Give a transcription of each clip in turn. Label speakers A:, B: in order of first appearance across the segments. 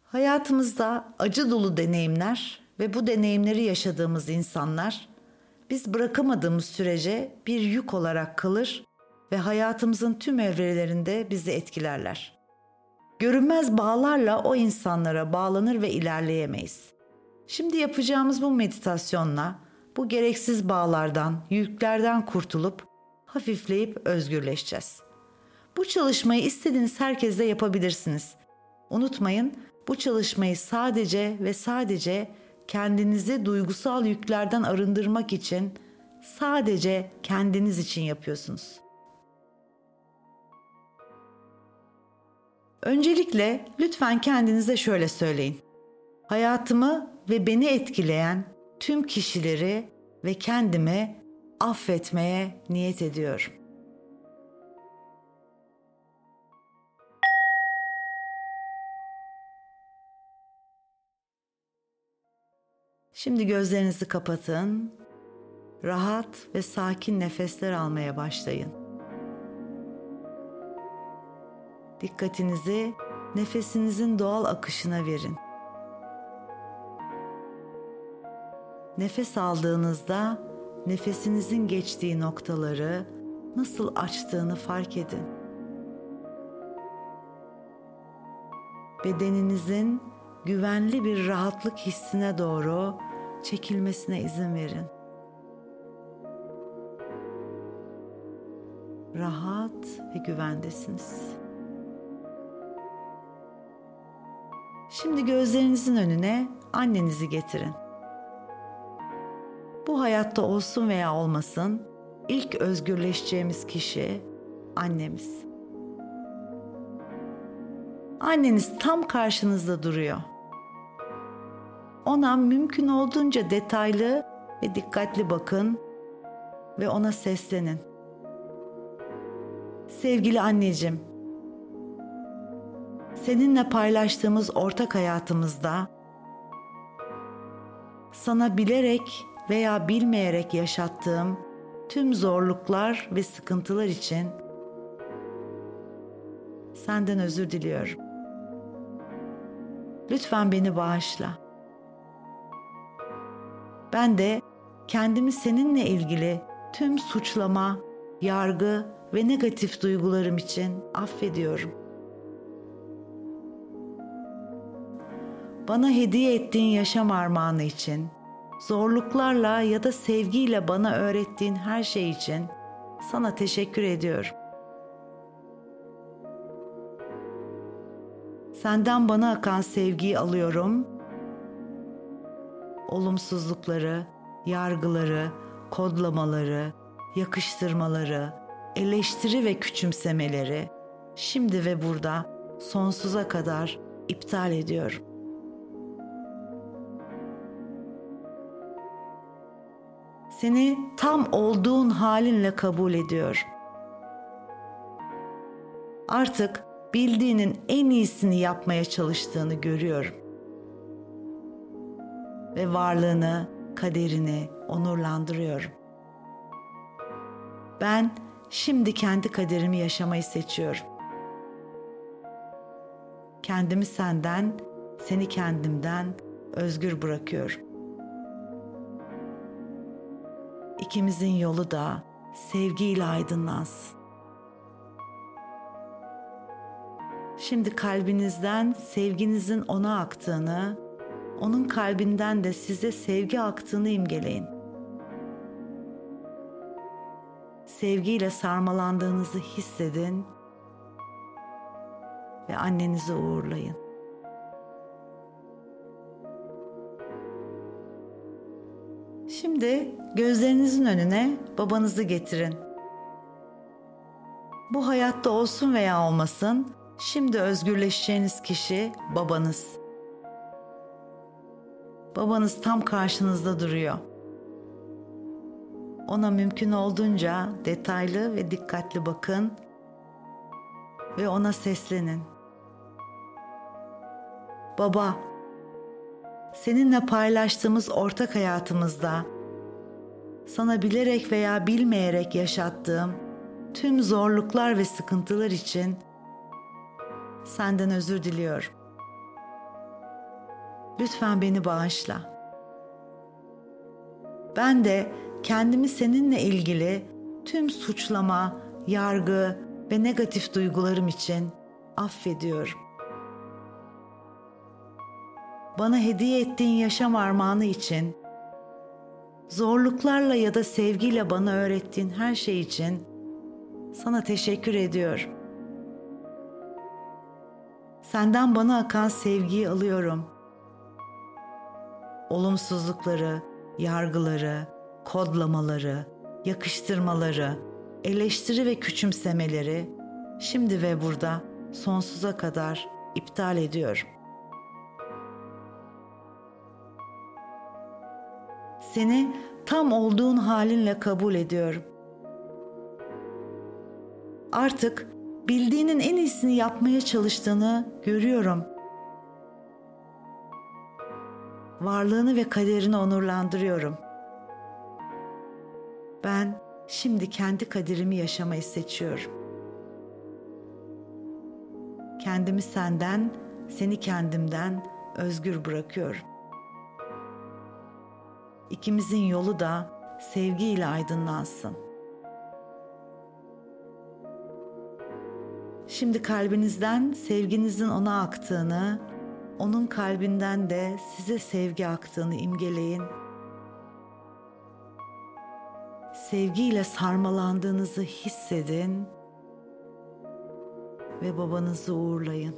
A: Hayatımızda acı dolu deneyimler ve bu deneyimleri yaşadığımız insanlar biz bırakamadığımız sürece bir yük olarak kalır ve hayatımızın tüm evrelerinde bizi etkilerler. Görünmez bağlarla o insanlara bağlanır ve ilerleyemeyiz. Şimdi yapacağımız bu meditasyonla bu gereksiz bağlardan, yüklerden kurtulup hafifleyip özgürleşeceğiz. Bu çalışmayı istediğiniz herkesle yapabilirsiniz. Unutmayın, bu çalışmayı sadece ve sadece kendinizi duygusal yüklerden arındırmak için, sadece kendiniz için yapıyorsunuz. Öncelikle lütfen kendinize şöyle söyleyin. Hayatımı ve beni etkileyen tüm kişileri ve kendimi affetmeye niyet ediyorum. Şimdi gözlerinizi kapatın. Rahat ve sakin nefesler almaya başlayın. Dikkatinizi nefesinizin doğal akışına verin. Nefes aldığınızda nefesinizin geçtiği noktaları nasıl açtığını fark edin. Bedeninizin güvenli bir rahatlık hissine doğru çekilmesine izin verin. Rahat ve güvendesiniz. Şimdi gözlerinizin önüne annenizi getirin. Bu hayatta olsun veya olmasın, ilk özgürleşeceğimiz kişi annemiz. Anneniz tam karşınızda duruyor. Ona mümkün olduğunca detaylı ve dikkatli bakın ve ona seslenin. Sevgili anneciğim, seninle paylaştığımız ortak hayatımızda sana bilerek veya bilmeyerek yaşattığım tüm zorluklar ve sıkıntılar için senden özür diliyorum. Lütfen beni bağışla. Ben de kendimi seninle ilgili tüm suçlama, yargı ve negatif duygularım için affediyorum. Bana hediye ettiğin yaşam armağanı için, zorluklarla ya da sevgiyle bana öğrettiğin her şey için sana teşekkür ediyorum. Senden bana akan sevgiyi alıyorum. Olumsuzlukları, yargıları, kodlamaları, yakıştırmaları, eleştiri ve küçümsemeleri şimdi ve burada sonsuza kadar iptal ediyorum. Seni tam olduğun halinle kabul ediyorum. Artık bildiğinin en iyisini yapmaya çalıştığını görüyorum. Ve varlığını, kaderini onurlandırıyorum. Ben şimdi kendi kaderimi yaşamayı seçiyorum. Kendimi senden, seni kendimden özgür bırakıyorum. İkimizin yolu da sevgiyle aydınlansın. Şimdi kalbinizden sevginizin ona aktığını, onun kalbinden de size sevgi aktığını imgeleyin. Sevgiyle sarmalandığınızı hissedin ve annenizi uğurlayın. Şimdi gözlerinizin önüne babanızı getirin. Bu hayatta olsun veya olmasın, şimdi özgürleşeceğiniz kişi babanız. Babanız tam karşınızda duruyor. Ona mümkün olduğunca detaylı ve dikkatli bakın ve ona seslenin. Baba, seninle paylaştığımız ortak hayatımızda sana bilerek veya bilmeyerek yaşattığım tüm zorluklar ve sıkıntılar için senden özür diliyorum. Lütfen beni bağışla. Ben de kendimi seninle ilgili tüm suçlama, yargı ve negatif duygularım için affediyorum. Bana hediye ettiğin yaşam armağanı için, zorluklarla ya da sevgiyle bana öğrettiğin her şey için sana teşekkür ediyorum. Senden bana akan sevgiyi alıyorum. Olumsuzlukları, yargıları, kodlamaları, yakıştırmaları, eleştiri ve küçümsemeleri şimdi ve burada sonsuza kadar iptal ediyorum. Seni tam olduğun halinle kabul ediyorum. Artık bildiğinin en iyisini yapmaya çalıştığını görüyorum. Varlığını ve kaderini onurlandırıyorum. Ben şimdi kendi kaderimi yaşamayı seçiyorum. Kendimi senden, seni kendimden özgür bırakıyorum. İkimizin yolu da sevgiyle aydınlansın. Şimdi kalbinizden sevginizin ona aktığını, onun kalbinden de size sevgi aktığını imgeleyin. Sevgiyle sarmalandığınızı hissedin ve babanızı uğurlayın.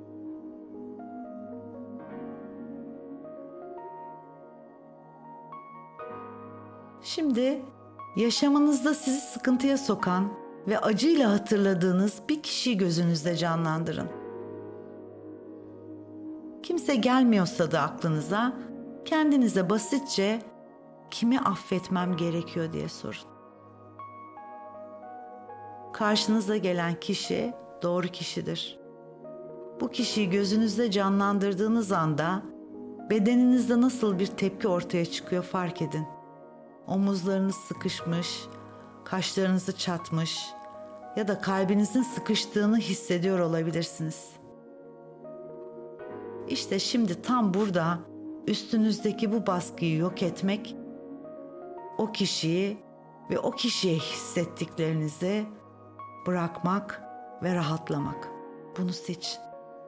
A: Şimdi yaşamınızda sizi sıkıntıya sokan ve acıyla hatırladığınız bir kişiyi gözünüzde canlandırın. Kimse gelmiyorsa da aklınıza, kendinize basitçe kimi affetmem gerekiyor diye sorun. Karşınıza gelen kişi doğru kişidir. Bu kişiyi gözünüzde canlandırdığınız anda bedeninizde nasıl bir tepki ortaya çıkıyor fark edin. Omuzlarınız sıkışmış, kaşlarınızı çatmış ya da kalbinizin sıkıştığını hissediyor olabilirsiniz. İşte şimdi tam burada üstünüzdeki bu baskıyı yok etmek, o kişiyi ve o kişiye hissettiklerinizi bırakmak ve rahatlamak. Bunu seçin.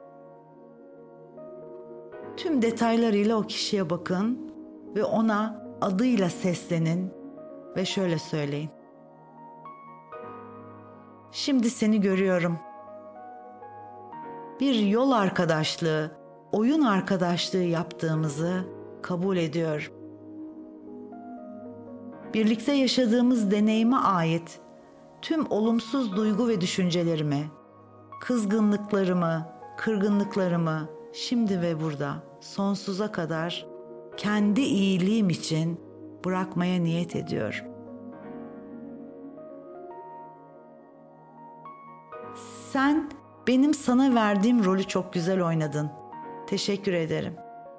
A: Tüm detaylarıyla o kişiye bakın ve ona adıyla seslenin ve şöyle söyleyin. Şimdi seni görüyorum. Bir yol arkadaşlığı, oyun arkadaşlığı yaptığımızı kabul ediyorum. Birlikte yaşadığımız deneyime ait tüm olumsuz duygu ve düşüncelerimi, kızgınlıklarımı, kırgınlıklarımı şimdi ve burada sonsuza kadar kendi iyiliğim için bırakmaya niyet ediyorum. Sen benim sana verdiğim rolü çok güzel oynadın. Teşekkür ederim.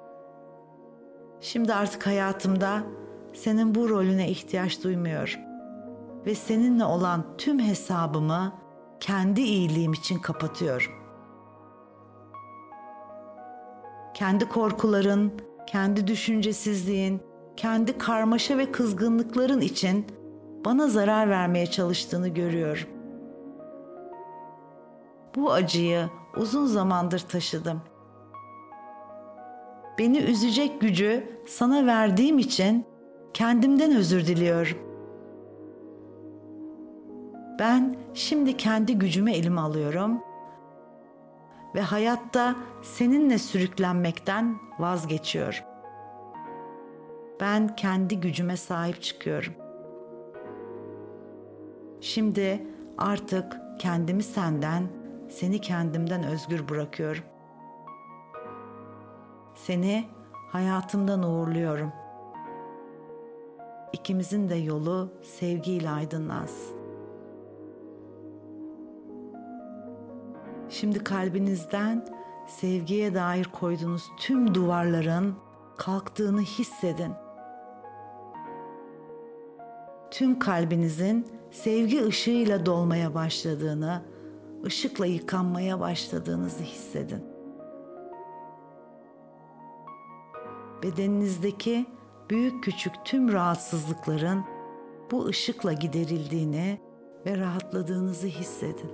A: Şimdi artık hayatımda senin bu rolüne ihtiyaç duymuyorum. Ve seninle olan tüm hesabımı kendi iyiliğim için kapatıyorum. Kendi korkuların, kendi düşüncesizliğin, kendi karmaşa ve kızgınlıkların için bana zarar vermeye çalıştığını görüyorum. Bu acıyı uzun zamandır taşıdım. Beni üzecek gücü sana verdiğim için kendimden özür diliyorum. Ben şimdi kendi gücümü elime alıyorum ve hayatta seninle sürüklenmekten vazgeçiyorum. Ben kendi gücüme sahip çıkıyorum. Şimdi artık kendimi senden, seni kendimden özgür bırakıyorum. Seni hayatımdan uğurluyorum. İkimizin de yolu sevgiyle aydınlansın. Şimdi kalbinizden sevgiye dair koyduğunuz tüm duvarların kalktığını hissedin. Tüm kalbinizin sevgi ışığıyla dolmaya başladığını, ışıkla yıkanmaya başladığınızı hissedin. bedeninizdeki büyük küçük tüm rahatsızlıkların bu ışıkla giderildiğini ve rahatladığınızı hissedin.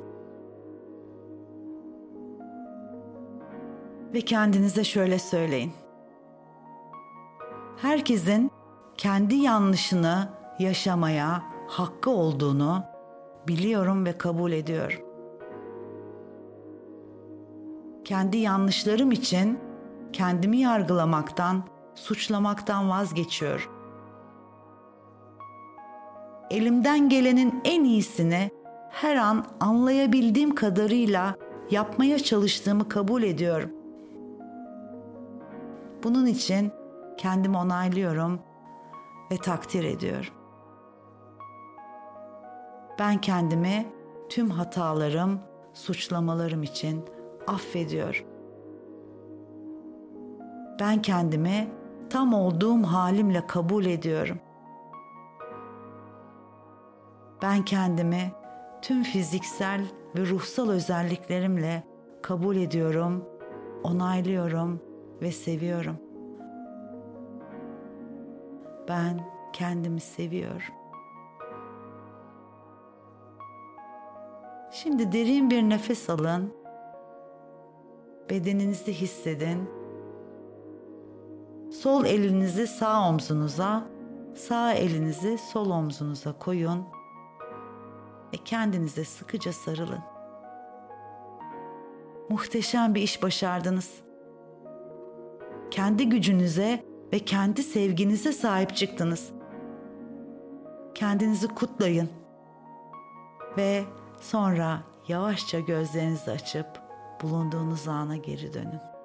A: Ve kendinize şöyle söyleyin: herkesin kendi yanlışını yaşamaya hakkı olduğunu biliyorum ve kabul ediyorum. Kendi yanlışlarım için kendimi yargılamaktan, suçlamaktan vazgeçiyorum. Elimden gelenin en iyisini her an anlayabildiğim kadarıyla yapmaya çalıştığımı kabul ediyorum. Bunun için kendimi onaylıyorum ve takdir ediyorum. Ben kendimi tüm hatalarım, suçlamalarım için affediyorum. Ben kendimi tam olduğum halimle kabul ediyorum. Ben kendimi tüm fiziksel ve ruhsal özelliklerimle kabul ediyorum, onaylıyorum ve seviyorum. Ben kendimi seviyorum. Şimdi derin bir nefes alın. Bedeninizi hissedin. Sol elinizi sağ omzunuza, sağ elinizi sol omzunuza koyun ve kendinize sıkıca sarılın. Muhteşem bir iş başardınız. Kendi gücünüze ve kendi sevginize sahip çıktınız. Kendinizi kutlayın ve sonra yavaşça gözlerinizi açıp bulunduğunuz ana geri dönün.